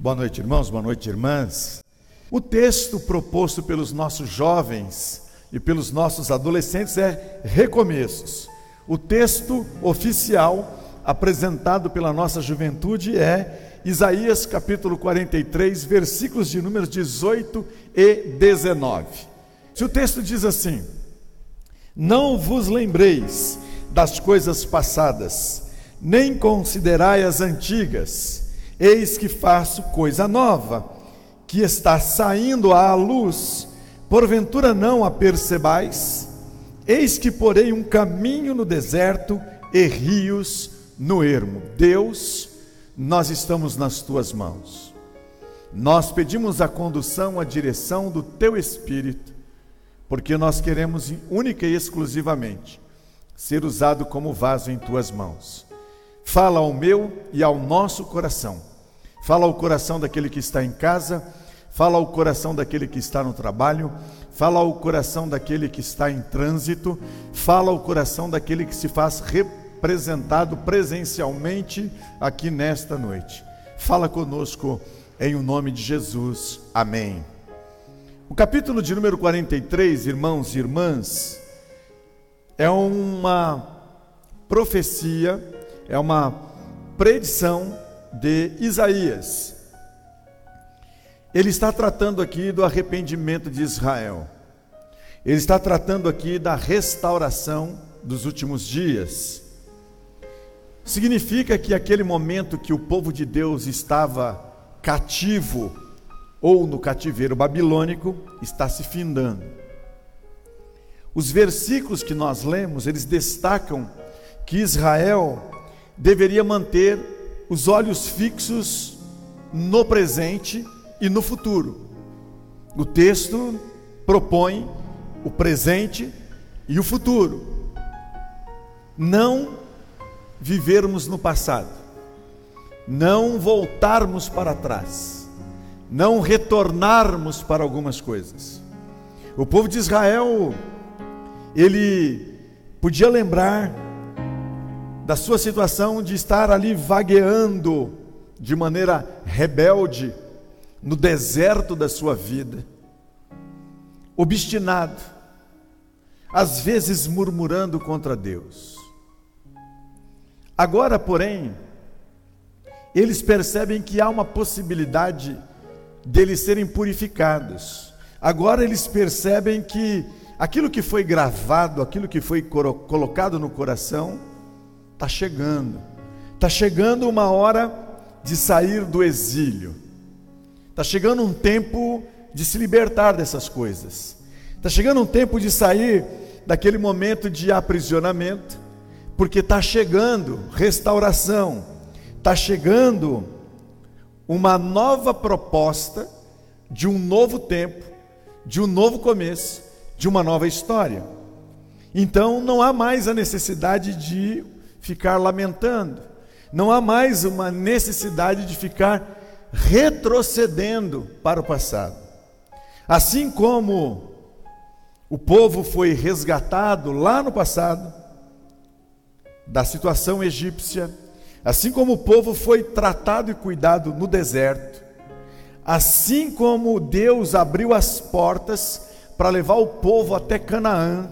Boa noite, irmãos, boa noite, irmãs. O texto proposto pelos nossos jovens e pelos nossos adolescentes é recomeços. O texto oficial apresentado pela nossa juventude é Isaías capítulo 43, versículos de números 18 e 19. Se o texto diz assim: não vos lembreis das coisas passadas, nem considerai as antigas. Eis que faço coisa nova, que está saindo à luz, porventura não a percebais? Eis que porei um caminho no deserto e rios no ermo. Deus, nós estamos nas tuas mãos. Nós pedimos a condução, a direção do teu Espírito, porque nós queremos única e exclusivamente ser usado como vaso em tuas mãos. Fala ao meu e ao nosso coração. Fala ao coração daquele que está em casa, fala ao coração daquele que está no trabalho, fala ao coração daquele que está em trânsito, fala ao coração daquele que se faz representado presencialmente aqui nesta noite. Fala conosco em o nome de Jesus. Amém. O capítulo de número 43, irmãos e irmãs, é uma profecia, é uma predição de Isaías. Ele está tratando aqui do arrependimento de Israel. Ele está tratando aqui da restauração dos últimos dias. Significa que aquele momento que o povo de Deus estava cativo ou no cativeiro babilônico está se findando. Os versículos que nós lemos, eles destacam que Israel deveria manter os olhos fixos no presente e no futuro. O texto propõe o presente e o futuro. Não vivermos no passado, não voltarmos para trás, não retornarmos para algumas coisas. O povo de Israel, ele podia lembrar da sua situação de estar ali vagueando de maneira rebelde no deserto da sua vida, obstinado, às vezes murmurando contra Deus. Agora, porém, eles percebem que há uma possibilidade deles serem purificados. Agora eles percebem que aquilo que foi gravado, aquilo que foi colocado no coração, está chegando uma hora de sair do exílio, está chegando um tempo de se libertar dessas coisas, está chegando um tempo de sair daquele momento de aprisionamento, porque está chegando restauração, está chegando uma nova proposta de um novo tempo, de um novo começo, de uma nova história. Então não há mais a necessidade de ficar lamentando, não há mais uma necessidade de ficar retrocedendo para o passado. Assim como o povo foi resgatado lá no passado da situação egípcia, assim como o povo foi tratado e cuidado no deserto, assim como Deus abriu as portas para levar o povo até Canaã,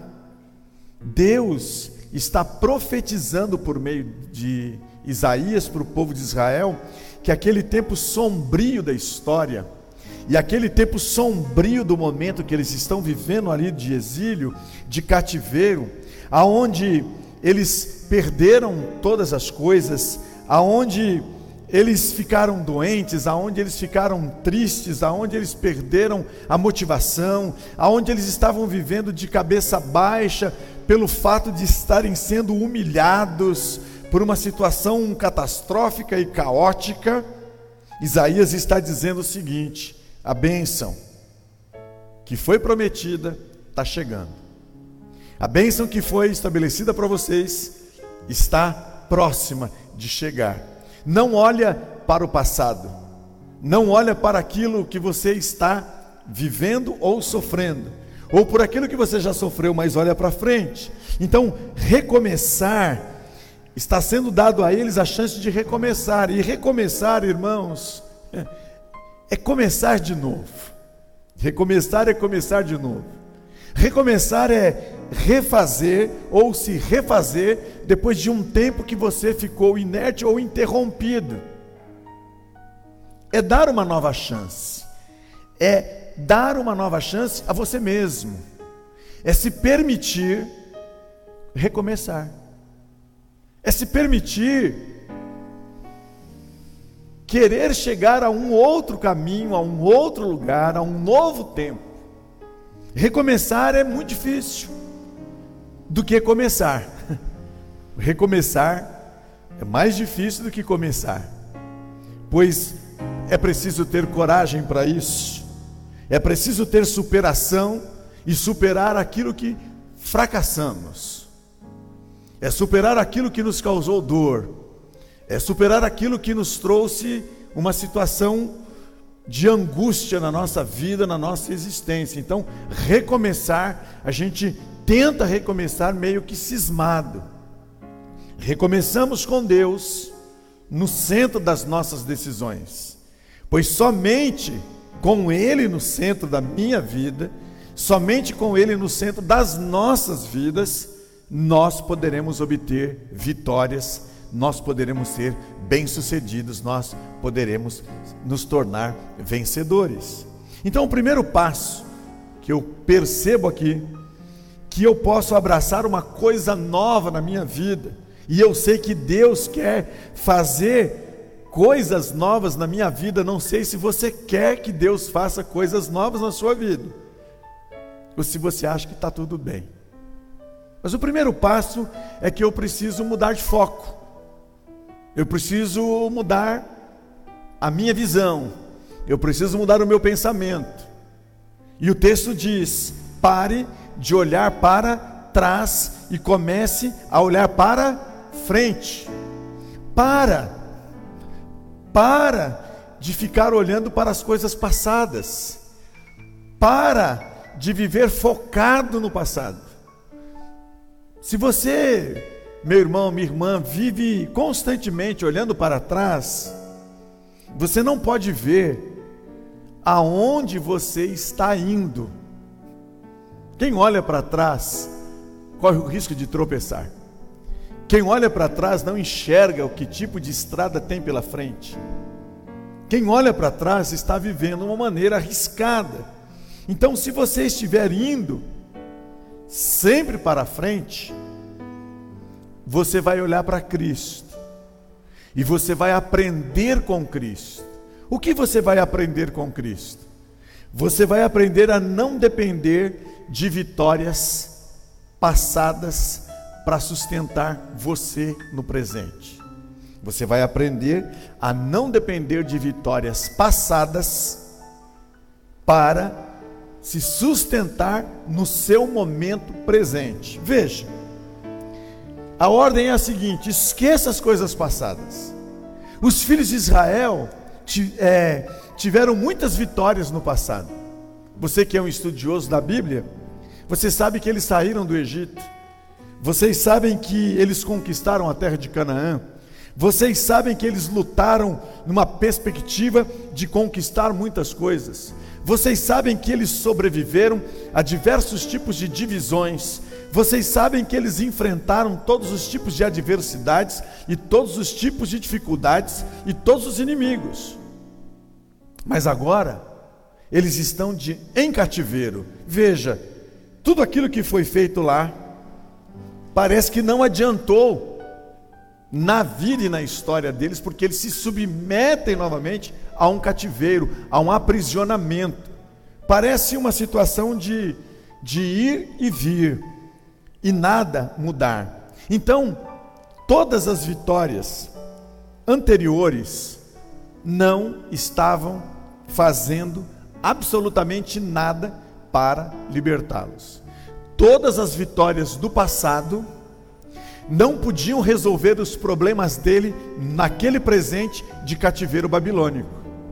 Deus está profetizando por meio de Isaías para o povo de Israel, que aquele tempo sombrio da história, e aquele tempo sombrio do momento que eles estão vivendo ali de exílio, de cativeiro, aonde eles perderam todas as coisas, aonde eles ficaram doentes, aonde eles ficaram tristes, aonde eles perderam a motivação, aonde eles estavam vivendo de cabeça baixa, pelo fato de estarem sendo humilhados por uma situação catastrófica e caótica. Isaías está dizendo o seguinte: a bênção que foi prometida está chegando, a bênção que foi estabelecida para vocês está próxima de chegar. Não olha para o passado, não olha para aquilo que você está vivendo ou sofrendo, ou por aquilo que você já sofreu, mas olha para frente. Então, recomeçar, está sendo dado a eles a chance de recomeçar. E recomeçar, irmãos, é começar de novo. Recomeçar é começar de novo. Recomeçar é refazer ou se refazer depois de um tempo que você ficou inerte ou interrompido. É dar uma nova chance. É dar uma nova chance a você mesmo. É se permitir recomeçar. É se permitir querer chegar a um outro caminho, a um outro lugar, a um novo tempo. Recomeçar é muito difícil do que começar. Recomeçar é mais difícil do que começar, pois é preciso ter coragem para isso, é preciso ter superação e superar aquilo que fracassamos, é superar aquilo que nos causou dor, é superar aquilo que nos trouxe uma situação de angústia na nossa vida, na nossa existência. Então, recomeçar, a gente tenta recomeçar meio que cismado. Recomeçamos com Deus no centro das nossas decisões, pois somente com Ele no centro da minha vida, somente com Ele no centro das nossas vidas, nós poderemos obter vitórias, nós poderemos ser bem-sucedidos, nós poderemos nos tornar vencedores. Então, o primeiro passo que eu percebo aqui, que eu posso abraçar uma coisa nova na minha vida, e eu sei que Deus quer fazer coisas novas na minha vida. Não sei se você quer que Deus faça coisas novas na sua vida, ou se você acha que está tudo bem. Mas o primeiro passo é que eu preciso mudar de foco. Eu preciso mudar a minha visão, eu preciso mudar o meu pensamento. E o texto diz: pare de olhar para trás e comece a olhar para frente. Para de ficar olhando para as coisas passadas. Para de viver focado no passado. Se você, meu irmão, minha irmã, vive constantemente olhando para trás, você não pode ver aonde você está indo. Quem olha para trás corre o risco de tropeçar. Quem olha para trás não enxerga o que tipo de estrada tem pela frente. Quem olha para trás está vivendo uma maneira arriscada. Então, se você estiver indo sempre para frente, você vai olhar para Cristo e você vai aprender com Cristo. O que você vai aprender com Cristo? Você vai aprender a não depender de vitórias passadas para sustentar você no presente. Você vai aprender a não depender de vitórias passadas para se sustentar no seu momento presente. Veja, a ordem é a seguinte: esqueça as coisas passadas. Os filhos de Israel tiveram muitas vitórias no passado. Você que é um estudioso da Bíblia, você sabe que eles saíram do Egito. Vocês sabem que eles conquistaram a terra de Canaã. Vocês sabem que eles lutaram numa perspectiva de conquistar muitas coisas. Vocês sabem que eles sobreviveram a diversos tipos de divisões. Vocês sabem que eles enfrentaram todos os tipos de adversidades e todos os tipos de dificuldades e todos os inimigos. Mas agora, eles estão em cativeiro. Veja, tudo aquilo que foi feito lá, parece que não adiantou na vida e na história deles, porque eles se submetem novamente a um cativeiro, a um aprisionamento. Parece uma situação de ir e vir, e nada mudar. Então, todas as vitórias anteriores não estavam fazendo absolutamente nada para libertá-los. Todas as vitórias do passado não podiam resolver os problemas dele naquele presente de cativeiro babilônico.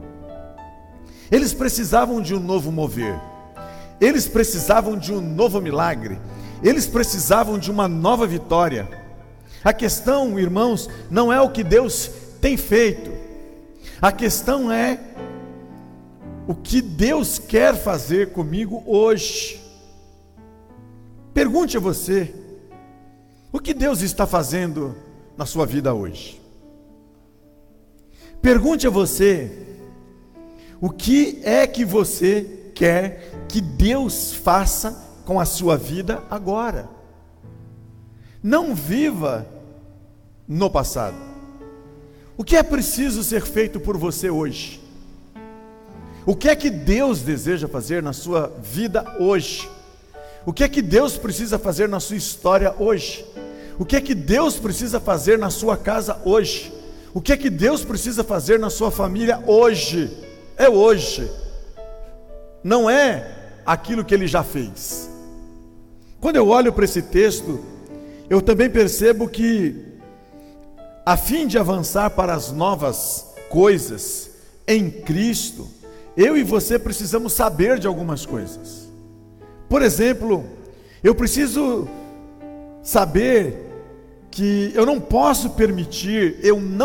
Eles precisavam de um novo mover, eles precisavam de um novo milagre, eles precisavam de uma nova vitória. A questão, irmãos, não é o que Deus tem feito, a questão é o que Deus quer fazer comigo hoje. Pergunte a você, o que Deus está fazendo na sua vida hoje? Pergunte a você, o que é que você quer que Deus faça com a sua vida agora? Não viva no passado. O que é preciso ser feito por você hoje? O que é que Deus deseja fazer na sua vida hoje? O que é que Deus precisa fazer na sua história hoje? O que é que Deus precisa fazer na sua casa hoje? O que é que Deus precisa fazer na sua família hoje? É hoje. Não é aquilo que Ele já fez. Quando eu olho para esse texto, eu também percebo que, a fim de avançar para as novas coisas em Cristo, eu e você precisamos saber de algumas coisas. Por exemplo, eu preciso saber que eu não posso permitir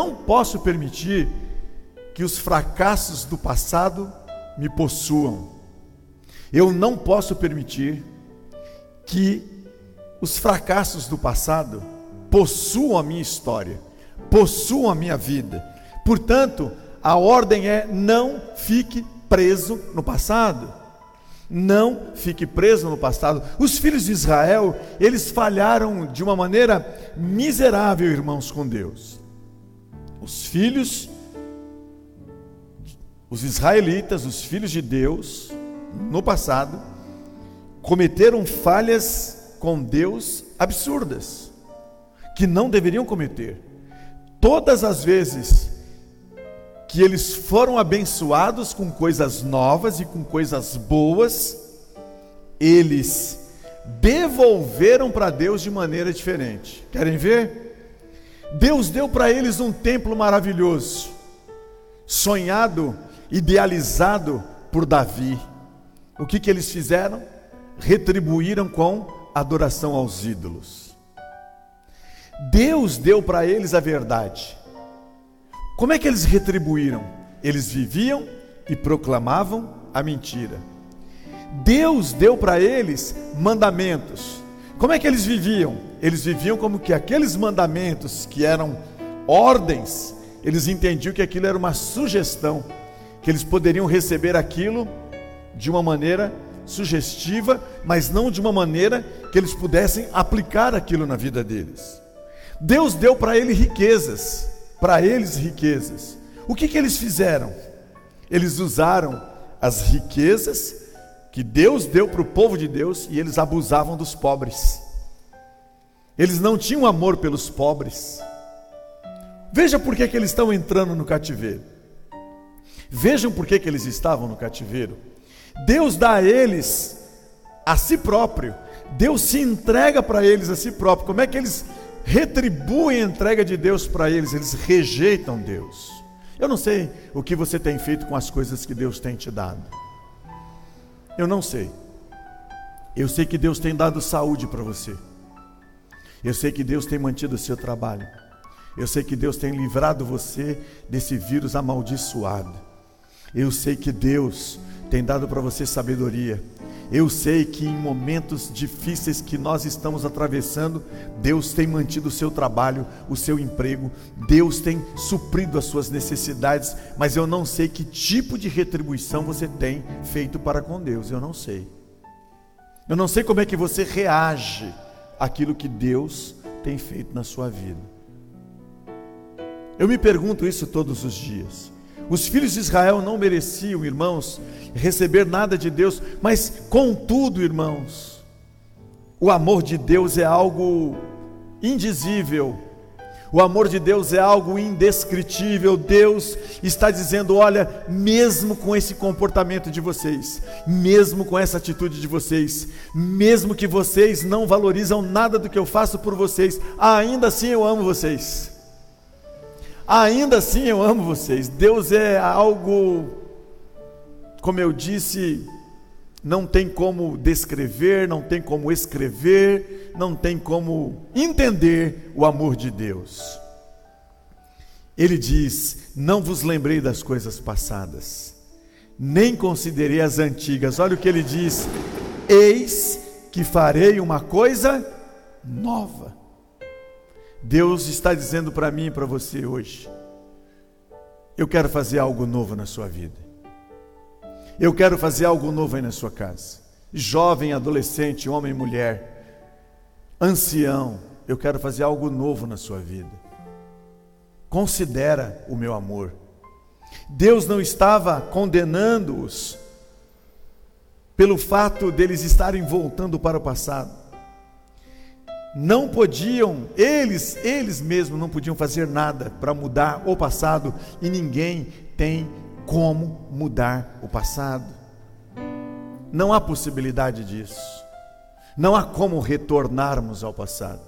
que os fracassos do passado me possuam. Eu não posso permitir que os fracassos do passado possuam a minha história, possuam a minha vida. Portanto, a ordem é: não fique preso no passado. Não fique preso no passado. Os filhos de Israel, eles falharam de uma maneira miserável, irmãos, com Deus. Os israelitas, os filhos de Deus, no passado, cometeram falhas com Deus absurdas, que não deveriam cometer. Todas as vezes que eles foram abençoados com coisas novas e com coisas boas, eles devolveram para Deus de maneira diferente. Querem ver? Deus deu para eles um templo maravilhoso, sonhado, idealizado por Davi. O que eles fizeram? Retribuíram com adoração aos ídolos. Deus deu para eles a verdade. Como é que eles retribuíram? Eles viviam e proclamavam a mentira. Deus deu para eles mandamentos. Como é que eles viviam? Eles viviam como que aqueles mandamentos que eram ordens, eles entendiam que aquilo era uma sugestão, que eles poderiam receber aquilo de uma maneira sugestiva, mas não de uma maneira que eles pudessem aplicar aquilo na vida deles. Deus deu para eles riquezas. O que eles fizeram? Eles usaram as riquezas que Deus deu para o povo de Deus e eles abusavam dos pobres. Eles não tinham amor pelos pobres. Veja por que eles estão entrando no cativeiro. Vejam por que eles estavam no cativeiro. Deus dá a eles a si próprio. Deus se entrega para eles a si próprio. Como é que eles retribuem a entrega de Deus para eles? Eles rejeitam Deus. Eu não sei o que você tem feito com as coisas que Deus tem te dado. Eu não sei. Eu sei que Deus tem dado saúde para você. Eu sei que Deus tem mantido o seu trabalho. Eu sei que Deus tem livrado você desse vírus amaldiçoado. Eu sei que Deus tem dado para você sabedoria. Eu sei que em momentos difíceis que nós estamos atravessando, Deus tem mantido o seu trabalho, o seu emprego, Deus tem suprido as suas necessidades, mas eu não sei que tipo de retribuição você tem feito para com Deus. Eu não sei. Eu não sei como é que você reage àquilo que Deus tem feito na sua vida. Eu me pergunto isso todos os dias. Os filhos de Israel não mereciam, irmãos, receber nada de Deus, mas contudo, irmãos, o amor de Deus é algo indizível, o amor de Deus é algo indescritível. Deus está dizendo: olha, mesmo com esse comportamento de vocês, mesmo com essa atitude de vocês, mesmo que vocês não valorizam nada do que eu faço por vocês, ainda assim eu amo vocês. Ainda assim eu amo vocês. Deus é algo, como eu disse, não tem como descrever, não tem como escrever, não tem como entender o amor de Deus. Ele diz: não vos lembrei das coisas passadas, nem considerei as antigas. Olha o que ele diz: eis que farei uma coisa nova. Deus está dizendo para mim e para você hoje: eu quero fazer algo novo na sua vida. Eu quero fazer algo novo aí na sua casa. Jovem, adolescente, homem, mulher, ancião, eu quero fazer algo novo na sua vida. Considera o meu amor. Deus não estava condenando-os pelo fato deles estarem voltando para o passado. Não podiam, eles mesmos não podiam fazer nada para mudar o passado, e ninguém tem como mudar o passado. Não há possibilidade disso. Não há como retornarmos ao passado.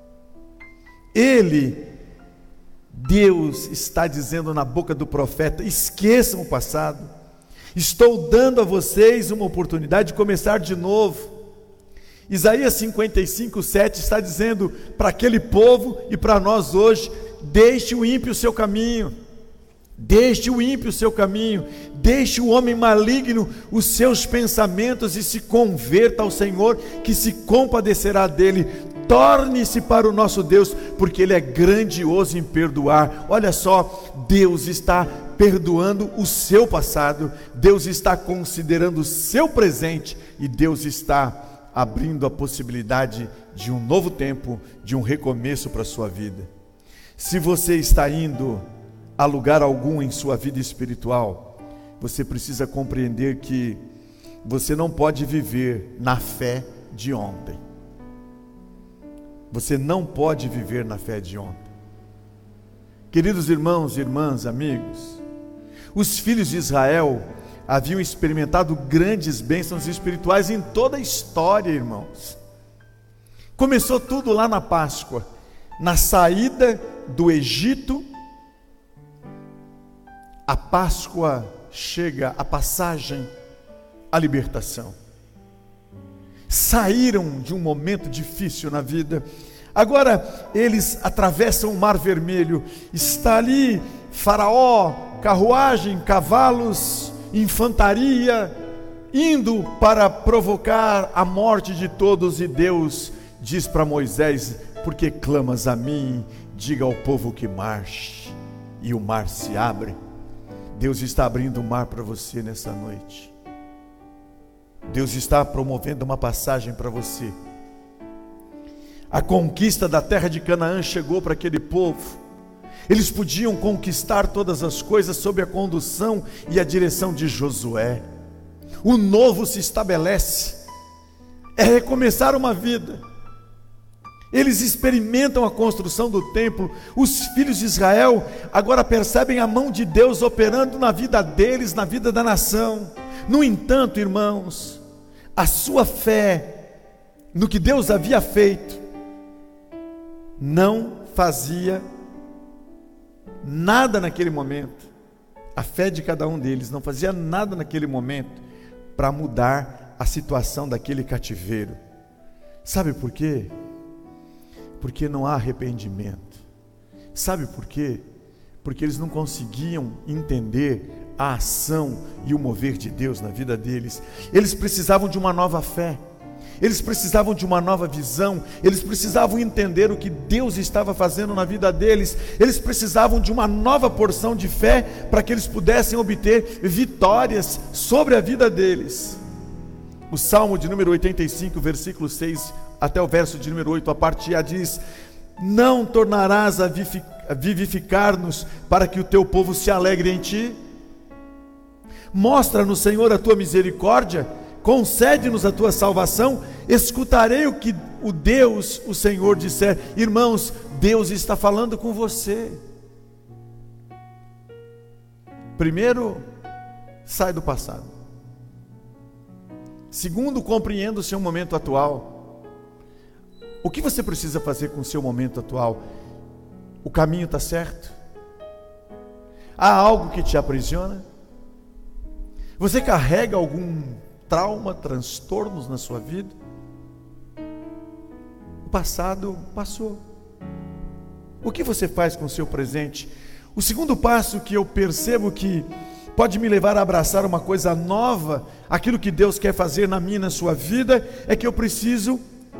Deus está dizendo na boca do profeta: esqueçam o passado. Estou dando a vocês uma oportunidade de começar de novo. Isaías 55:7 está dizendo para aquele povo e para nós hoje: deixe o ímpio o seu caminho. Deixe o ímpio o seu caminho, deixe o homem maligno os seus pensamentos e se converta ao Senhor, que se compadecerá dele. Torne-se para o nosso Deus, porque Ele é grandioso em perdoar. Olha só, Deus está perdoando o seu passado, Deus está considerando o seu presente, e Deus está abrindo a possibilidade de um novo tempo, de um recomeço para a sua vida. Se você está indo a lugar algum em sua vida espiritual, você precisa compreender que você não pode viver na fé de ontem. Você não pode viver na fé de ontem. Queridos irmãos, irmãs, amigos, os filhos de Israel haviam experimentado grandes bênçãos espirituais em toda a história, irmãos. Começou tudo lá na Páscoa, na saída do Egito. A Páscoa chega, a passagem, a libertação. Saíram de um momento difícil na vida. Agora eles atravessam o Mar Vermelho. Está ali Faraó, carruagem, cavalos, infantaria, indo para provocar a morte de todos. E Deus diz para Moisés: por que clamas a mim? Diga ao povo que marche. E o mar se abre. Deus está abrindo o mar para você nessa noite. Deus está promovendo uma passagem para você. A conquista da terra de Canaã chegou para aquele povo. Eles podiam conquistar todas as coisas sob a condução e a direção de Josué. O novo se estabelece. É recomeçar uma vida. Eles experimentam a construção do templo. Os filhos de Israel agora percebem a mão de Deus operando na vida deles, na vida da nação. No entanto, irmãos, a sua fé no que Deus havia feito não fazia nada naquele momento. A fé de cada um deles não fazia nada naquele momento para mudar a situação daquele cativeiro. Sabe por quê? Porque não há arrependimento. Sabe por quê? Porque eles não conseguiam entender a ação e o mover de Deus na vida deles. Eles precisavam de uma nova fé. Eles precisavam de uma nova visão. Eles precisavam entender o que Deus estava fazendo na vida deles. Eles precisavam de uma nova porção de fé para que eles pudessem obter vitórias sobre a vida deles. O Salmo de número 85, versículo 6 até o verso de número 8, a parte A diz: não tornarás a vivificar-nos para que o teu povo se alegre em ti? Mostra-nos, Senhor, a tua misericórdia, concede-nos a tua salvação, escutarei o que o Deus, o Senhor disser. Irmãos, Deus está falando com você. Primeiro, sai do passado. Segundo, compreenda o seu momento atual. O que você precisa fazer com o seu momento atual? O caminho está certo? Há algo que te aprisiona? Você carrega algum trauma, transtornos na sua vida? O passado passou. O que você faz com o seu presente? O segundo passo que eu percebo que pode me levar a abraçar uma coisa nova, aquilo que Deus quer fazer na minha e na sua vida, é que eu preciso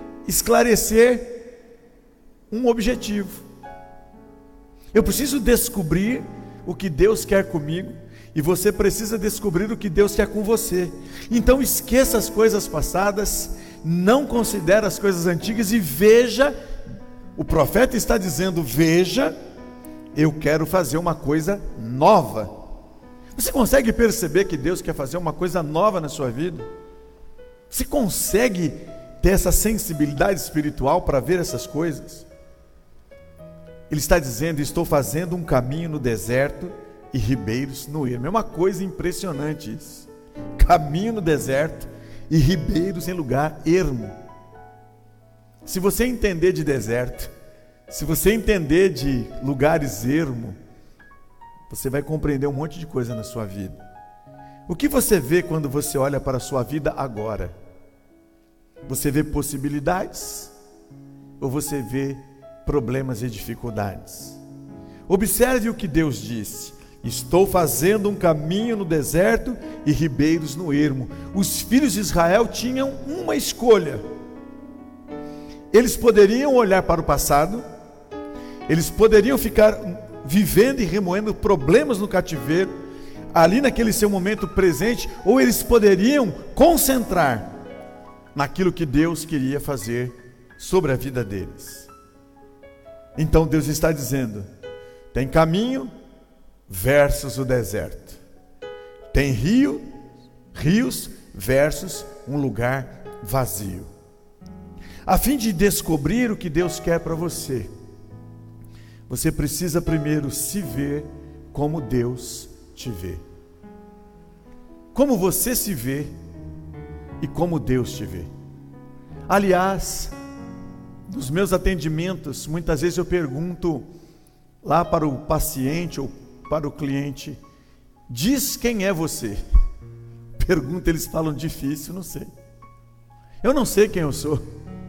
esclarecer um objetivo. Eu preciso descobrir o que Deus quer comigo, e você precisa descobrir o que Deus quer com você. Então esqueça as coisas passadas, não considere as coisas antigas e veja. O profeta está dizendo: veja, eu quero fazer uma coisa nova. Você consegue perceber que Deus quer fazer uma coisa nova na sua vida? Você consegue ter essa sensibilidade espiritual para ver essas coisas? Ele está dizendo: estou fazendo um caminho no deserto e ribeiros no ermo. É uma coisa impressionante isso. Caminho no deserto e ribeiros em lugar ermo. Se você entender de deserto, se você entender de lugares ermo, você vai compreender um monte de coisa na sua vida. O que você vê quando você olha para a sua vida agora? Você vê possibilidades ou você vê problemas e dificuldades? Observe o que Deus disse: estou fazendo um caminho no deserto e ribeiros no ermo. Os filhos de Israel tinham uma escolha. Eles poderiam olhar para o passado, eles poderiam ficar vivendo e remoendo problemas no cativeiro, ali naquele seu momento presente, ou eles poderiam concentrar naquilo que Deus queria fazer sobre a vida deles. Então Deus está dizendo: tem caminho versus o deserto, tem rios versus um lugar vazio. A fim de descobrir o que Deus quer para você, você precisa primeiro se ver como Deus te vê. Como você se vê e como Deus te vê. Aliás, nos meus atendimentos, muitas vezes eu pergunto lá para o paciente ou para o cliente: diz quem é você. Pergunta, eles falam: difícil, não sei. Eu não sei quem eu sou.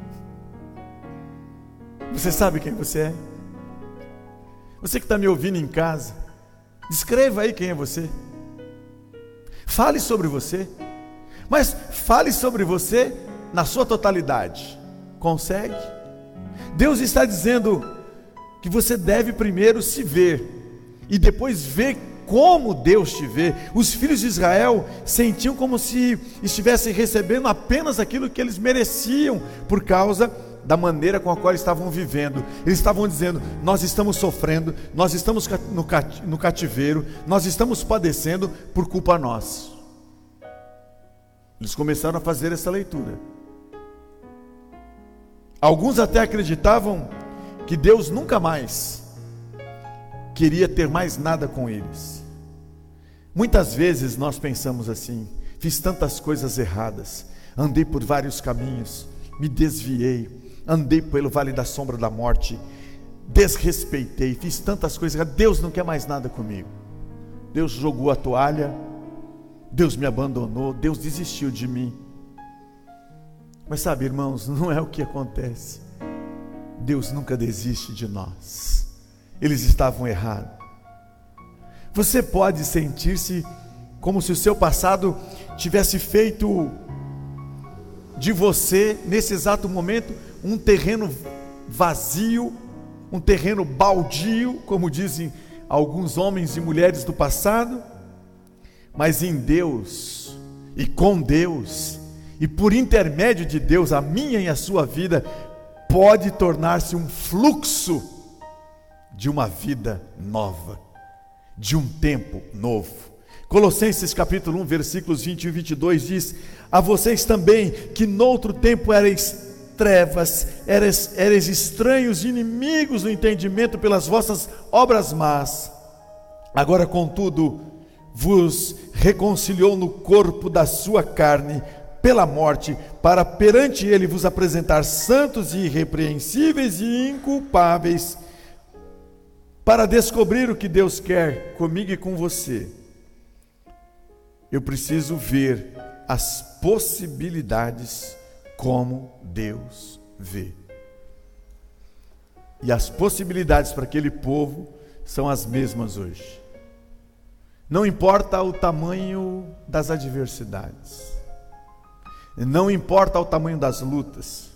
Você sabe quem você é? Você que está me ouvindo em casa, descreva aí quem é você. Fale sobre você, mas fale sobre você na sua totalidade. Consegue? Deus está dizendo que você deve primeiro se ver e depois ver como Deus te vê. Os filhos de Israel sentiam como se estivessem recebendo apenas aquilo que eles mereciam por causa da maneira com a qual estavam vivendo. Eles estavam dizendo: nós estamos sofrendo, nós estamos no cativeiro, nós estamos padecendo por culpa nossa. Eles começaram a fazer essa leitura. Alguns até acreditavam que Deus nunca mais queria ter mais nada com eles. Muitas vezes nós pensamos assim: fiz tantas coisas erradas, andei por vários caminhos, me desviei, andei pelo vale da sombra da morte, desrespeitei, fiz tantas coisas, Deus não quer mais nada comigo. Deus jogou a toalha, Deus me abandonou, Deus desistiu de mim. Mas sabe, irmãos, não é o que acontece. Deus nunca desiste de nós. Eles estavam errados. Você pode sentir-se como se o seu passado tivesse feito de você, nesse exato momento, um terreno vazio, um terreno baldio, como dizem alguns homens e mulheres do passado. Mas em Deus, e com Deus, e por intermédio de Deus, a minha e a sua vida pode tornar-se um fluxo de uma vida nova, de um tempo novo. Colossenses capítulo 1, versículos 21 e 22 diz: a vocês também, que noutro tempo erais trevas, erais estranhos e inimigos do entendimento pelas vossas obras más, agora contudo vos reconciliou no corpo da sua carne pela morte, para perante ele vos apresentar santos e irrepreensíveis e inculpáveis, para descobrir o que Deus quer comigo e com você. Eu preciso ver as possibilidades como Deus vê. E as possibilidades para aquele povo são as mesmas hoje. Não importa o tamanho das adversidades, não importa o tamanho das lutas,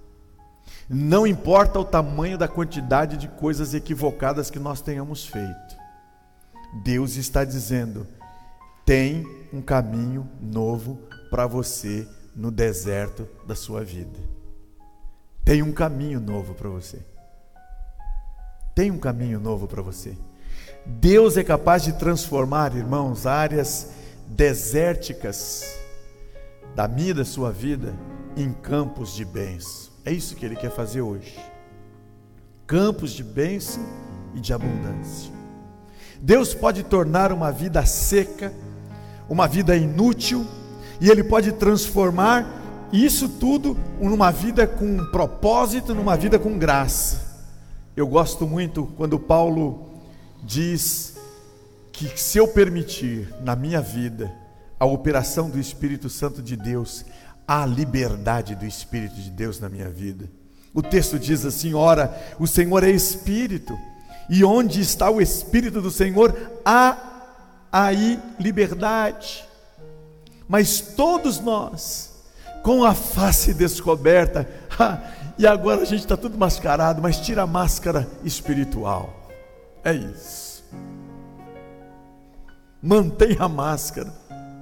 não importa o tamanho da quantidade de coisas equivocadas que nós tenhamos feito, Deus está dizendo: tem um caminho novo para você no deserto da sua vida. Tem um caminho novo para você. Tem um caminho novo para você. Deus é capaz de transformar, irmãos, áreas desérticas da minha e da sua vida em campos de bênção. É isso que Ele quer fazer hoje. Campos de bênção e de abundância. Deus pode tornar uma vida seca, uma vida inútil, e Ele pode transformar isso tudo numa vida com propósito, numa vida com graça. Eu gosto muito quando Paulo diz que se eu permitir na minha vida a operação do Espírito Santo de Deus, há liberdade do Espírito de Deus na minha vida. O texto diz assim: ora, o Senhor é Espírito, e onde está o Espírito do Senhor, há aí liberdade. Mas todos nós, com a face descoberta, e agora a gente está tudo mascarado, mas tira a máscara espiritual. É isso. Mantenha a máscara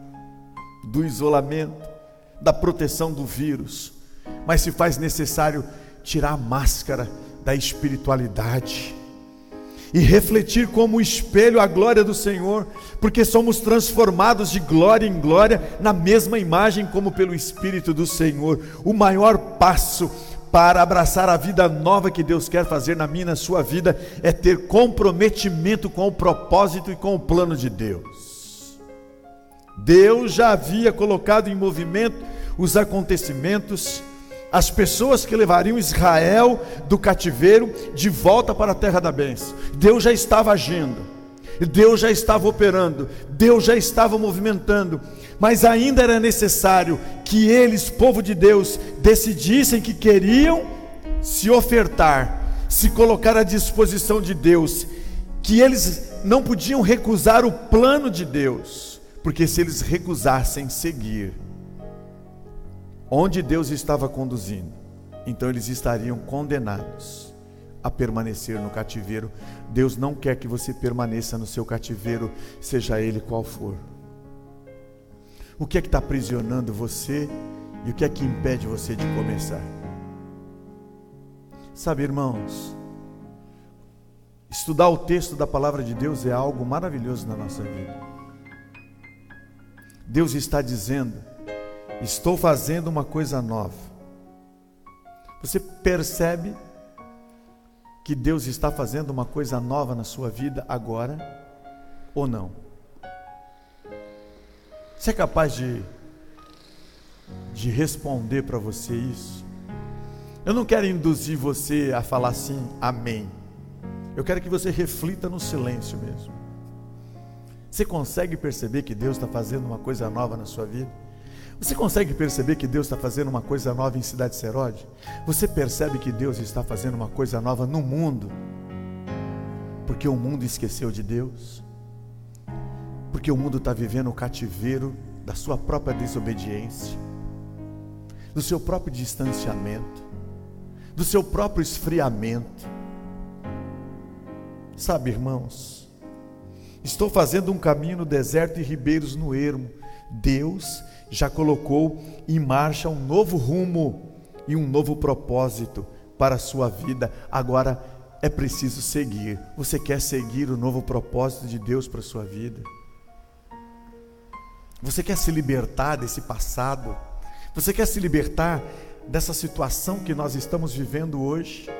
do isolamento, da proteção do vírus, mas se faz necessário tirar a máscara da espiritualidade e refletir como espelho a glória do Senhor, porque somos transformados de glória em glória na mesma imagem como pelo Espírito do Senhor. O maior passo para abraçar a vida nova que Deus quer fazer na minha e na sua vida é ter comprometimento com o propósito e com o plano de Deus. Deus já havia colocado em movimento os acontecimentos, as pessoas que levariam Israel do cativeiro de volta para a terra da bênção. Deus já estava agindo, Deus já estava operando, Deus já estava movimentando, mas ainda era necessário que eles, povo de Deus, decidissem que queriam se ofertar, se colocar à disposição de Deus, que eles não podiam recusar o plano de Deus, porque se eles recusassem seguir onde Deus estava conduzindo, então eles estariam condenados a permanecer no cativeiro. Deus não quer que você permaneça no seu cativeiro, seja ele qual for. O que é que está aprisionando você e o que é que impede você de começar? Sabe, irmãos, estudar o texto da palavra de Deus é algo maravilhoso na nossa vida. Deus está dizendo: estou fazendo uma coisa nova. Você percebe que Deus está fazendo uma coisa nova na sua vida agora ou não? Você é capaz de responder para você isso? Eu não quero induzir você a falar assim, amém. Eu quero que você reflita no silêncio mesmo. Você consegue perceber que Deus está fazendo uma coisa nova na sua vida? Você consegue perceber que Deus está fazendo uma coisa nova em Cidade Serode? Você percebe que Deus está fazendo uma coisa nova no mundo? Porque o mundo esqueceu de Deus? Porque o mundo está vivendo o cativeiro da sua própria desobediência, do seu próprio distanciamento, do seu próprio esfriamento. Sabe, irmãos, estou fazendo um caminho no deserto e ribeiros no ermo. Deus já colocou em marcha um novo rumo e um novo propósito para a sua vida. Agora é preciso seguir. Você quer seguir o novo propósito de Deus para a sua vida? Você quer se libertar desse passado? Você quer se libertar dessa situação que nós estamos vivendo hoje?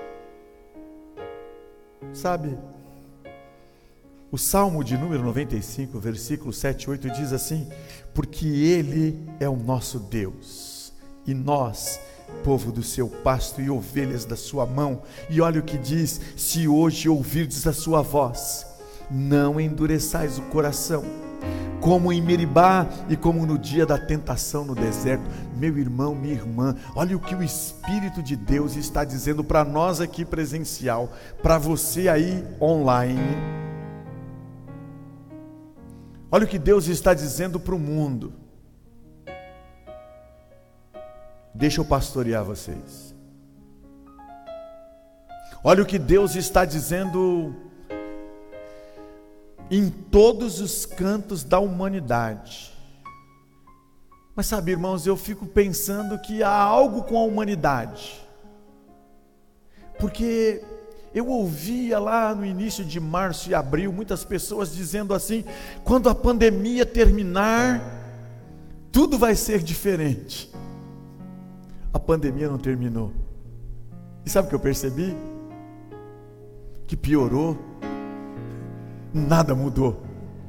Sabe, o Salmo de número 95, versículo 7 e 8 diz assim: porque Ele é o nosso Deus, e nós, povo do seu pasto e ovelhas da sua mão. E olha o que diz: se hoje ouvirdes a sua voz, não endureçais o coração, como em Meribá e como no dia da tentação no deserto. Meu irmão, minha irmã, olha o que o Espírito de Deus está dizendo para nós aqui presencial, para você aí online. Olha o que Deus está dizendo para o mundo. Deixa eu pastorear vocês. Olha o que Deus está dizendo em todos os cantos da humanidade. Mas sabe, irmãos, eu fico pensando que há algo com a humanidade. Porque eu ouvia lá no início de março e abril muitas pessoas dizendo assim: quando a pandemia terminar, tudo vai ser diferente. A pandemia não terminou. E sabe o que eu percebi? Que piorou. Nada mudou.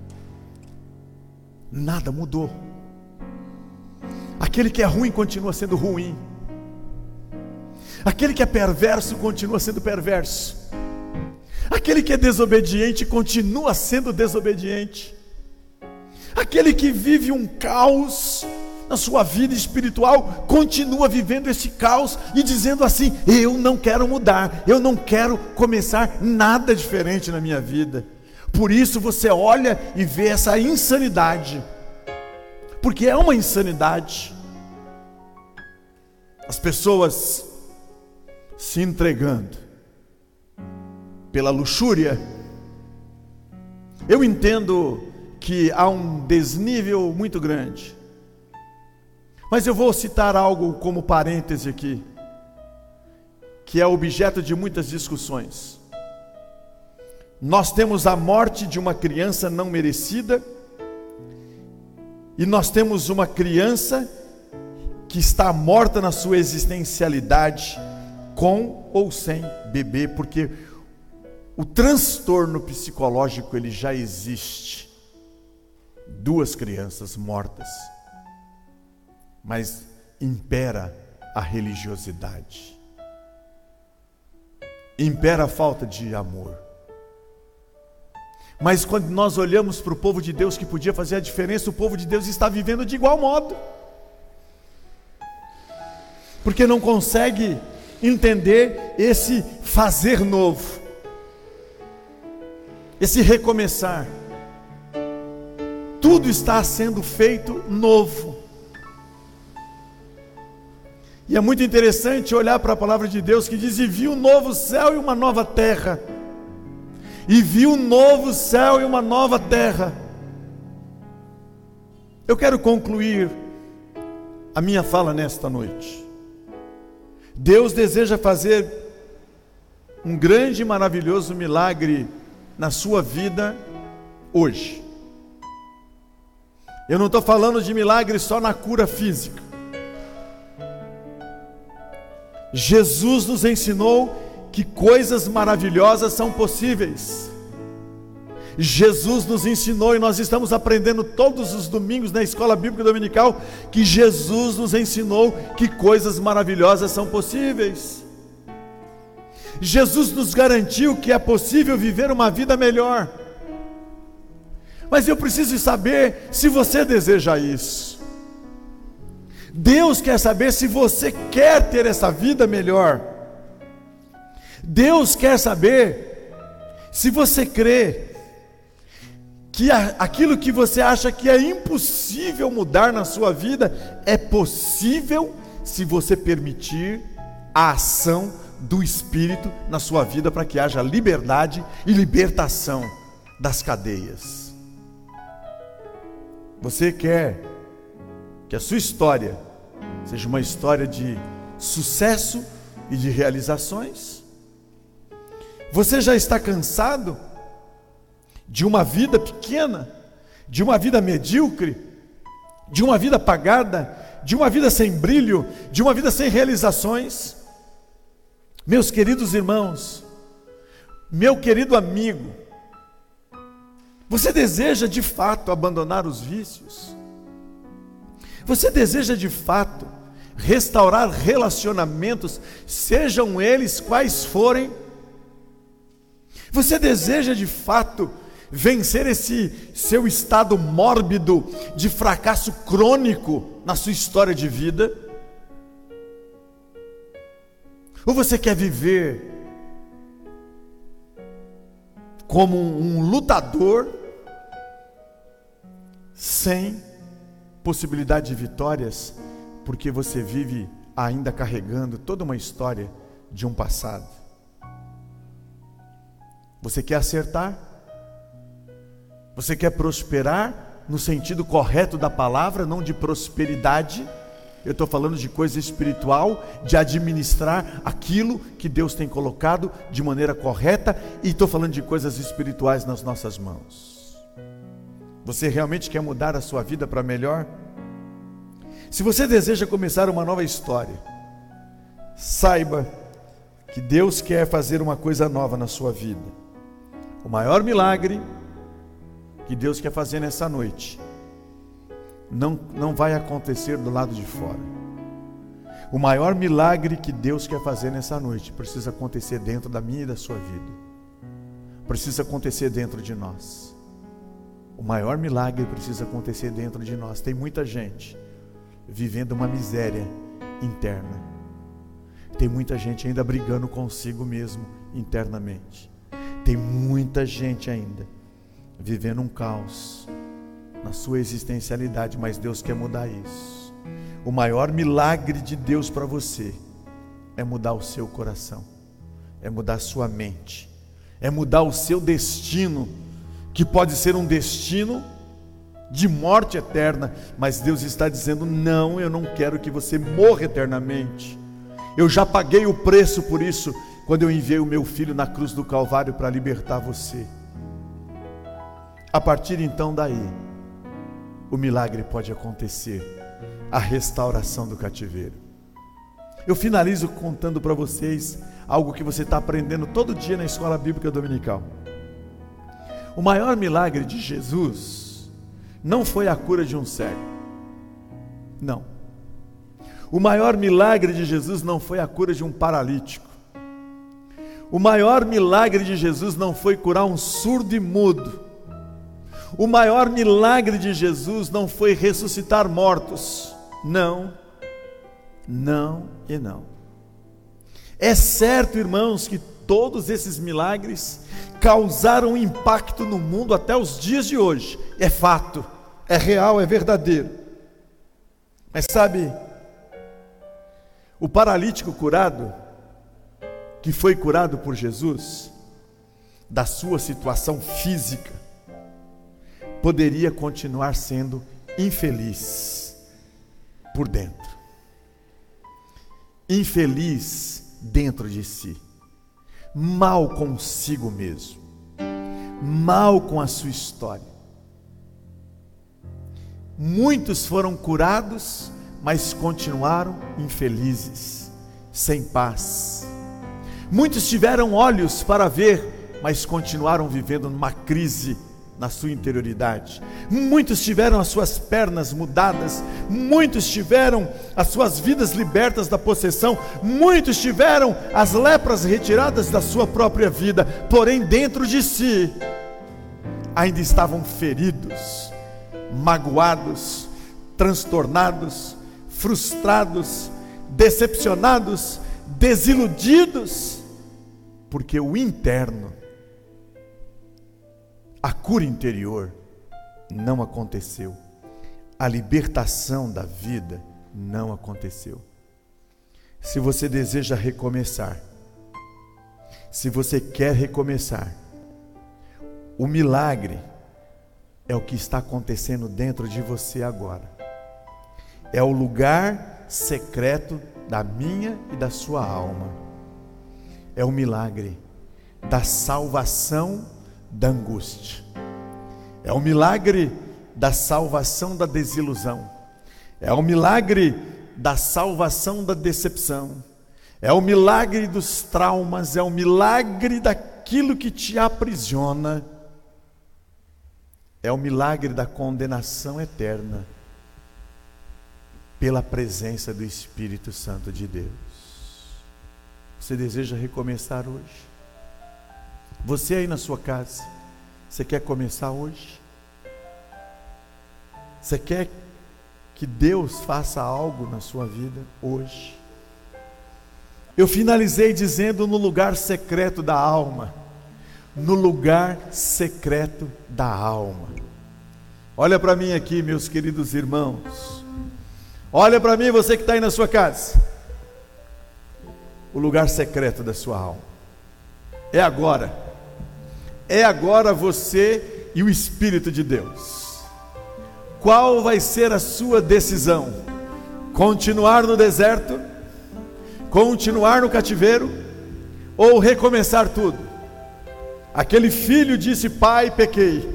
Nada mudou. Aquele que é ruim continua sendo ruim. Aquele que é perverso continua sendo perverso. Aquele que é desobediente continua sendo desobediente. Aquele que vive um caos na sua vida espiritual continua vivendo esse caos e dizendo assim: eu não quero mudar, eu não quero começar nada diferente na minha vida. Por isso você olha e vê essa insanidade, porque é uma insanidade. As pessoas se entregando pela luxúria. Eu entendo que há um desnível muito grande, mas eu vou citar algo como parêntese aqui, que é objeto de muitas discussões. Nós temos a morte de uma criança não merecida, e nós temos uma criança que está morta na sua existencialidade, com ou sem bebê, porque o transtorno psicológico ele já existe. 2 crianças mortas, mas impera a religiosidade, impera a falta de amor. Mas quando nós olhamos para o povo de Deus que podia fazer a diferença, o povo de Deus está vivendo de igual modo, porque não consegue entender esse fazer novo, esse recomeçar. Tudo está sendo feito novo. E é muito interessante olhar para a palavra de Deus que diz: e viu um novo céu e uma nova terra. E viu um novo céu e uma nova terra. Eu quero concluir a minha fala nesta noite. Deus deseja fazer um grande e maravilhoso milagre na sua vida hoje. Eu não estou falando de milagre só na cura física. Jesus nos ensinou que coisas maravilhosas são possíveis. Jesus nos ensinou, e nós estamos aprendendo todos os domingos na escola bíblica dominical, que Jesus nos ensinou que coisas maravilhosas são possíveis. Jesus nos garantiu que é possível viver uma vida melhor. Mas eu preciso saber se você deseja isso. Deus quer saber se você quer ter essa vida melhor. Deus quer saber se você crê que aquilo que você acha que é impossível mudar na sua vida é possível se você permitir a ação do Espírito na sua vida, para que haja liberdade e libertação das cadeias. Você quer que a sua história seja uma história de sucesso e de realizações? Você já está cansado de uma vida pequena, de uma vida medíocre, de uma vida apagada, de uma vida sem brilho, de uma vida sem realizações? Meus queridos irmãos, meu querido amigo, você deseja de fato abandonar os vícios? Você deseja de fato restaurar relacionamentos, sejam eles quais forem? Você deseja de fato vencer esse seu estado mórbido de fracasso crônico na sua história de vida? Ou você quer viver como um lutador sem possibilidade de vitórias, porque você vive ainda carregando toda uma história de um passado. Você quer acertar? Você quer prosperar no sentido correto da palavra, não de prosperidade? Eu estou falando de coisa espiritual, de administrar aquilo que Deus tem colocado de maneira correta, e estou falando de coisas espirituais nas nossas mãos. Você realmente quer mudar a sua vida para melhor? Se você deseja começar uma nova história, saiba que Deus quer fazer uma coisa nova na sua vida. O maior milagre que Deus quer fazer nessa noite não vai acontecer do lado de fora. O maior milagre que Deus quer fazer nessa noite precisa acontecer dentro da minha e da sua vida. Precisa acontecer dentro de nós. O maior milagre precisa acontecer dentro de nós. Tem muita gente vivendo uma miséria interna. Tem muita gente ainda brigando consigo mesmo internamente. Tem muita gente ainda vivendo um caos na sua existencialidade, mas Deus quer mudar isso. O maior milagre de Deus para você é mudar o seu coração, é mudar a sua mente, é mudar o seu destino, que pode ser um destino de morte eterna, mas Deus está dizendo: não, eu não quero que você morra eternamente. Eu já paguei o preço por isso, quando eu enviei o meu filho na cruz do Calvário para libertar você. A partir então daí, o milagre pode acontecer, a restauração do cativeiro. Eu finalizo contando para vocês algo que você está aprendendo todo dia na escola bíblica dominical. O maior milagre de Jesus não foi a cura de um cego. Não. O maior milagre de Jesus não foi a cura de um paralítico. O maior milagre de Jesus não foi curar um surdo e mudo. O maior milagre de Jesus não foi ressuscitar mortos. Não, não e não. É certo, irmãos, que todos esses milagres causaram impacto no mundo até os dias de hoje. É fato, é real, é verdadeiro. Mas sabe, o paralítico curado, que foi curado por Jesus, da sua situação física, poderia continuar sendo infeliz por dentro. Infeliz dentro de si, mal consigo mesmo, mal com a sua história. Muitos foram curados, mas continuaram infelizes, sem paz. Muitos tiveram olhos para ver, mas continuaram vivendo numa crise na sua interioridade. Muitos tiveram as suas pernas mudadas, muitos tiveram as suas vidas libertas da possessão, muitos tiveram as lepras retiradas da sua própria vida, porém dentro de si ainda estavam feridos, magoados, transtornados, frustrados, decepcionados, desiludidos, porque o interno, a cura interior não aconteceu, a libertação da vida não aconteceu. Se você deseja recomeçar, se você quer recomeçar, o milagre é o que está acontecendo dentro de você agora. É o lugar secreto da minha e da sua alma. É o milagre da salvação da angústia. É o milagre da salvação da desilusão. É o milagre da salvação da decepção. É o milagre dos traumas. É o milagre daquilo que te aprisiona. É o milagre da condenação eterna, pela presença do Espírito Santo de Deus. Você deseja recomeçar hoje? Você aí na sua casa, você quer começar hoje? Você quer que Deus faça algo na sua vida hoje? Eu finalizei dizendo: no lugar secreto da alma. No lugar secreto da alma. Olha para mim aqui, meus queridos irmãos. Olha para mim, você que está aí na sua casa. O lugar secreto da sua alma. É agora. É agora você e o Espírito de Deus. Qual vai ser a sua decisão? Continuar no deserto? Continuar no cativeiro? Ou recomeçar tudo? Aquele filho disse: pai, pequei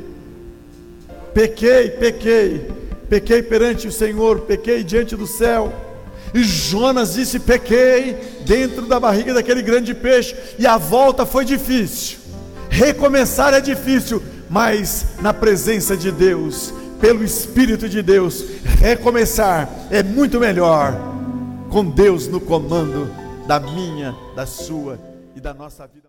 perante o Senhor, pequei diante do céu. E Jonas disse: pequei dentro da barriga daquele grande peixe. E a volta foi difícil, recomeçar é difícil, mas na presença de Deus, pelo Espírito de Deus, recomeçar é muito melhor, com Deus no comando da minha, da sua e da nossa vida.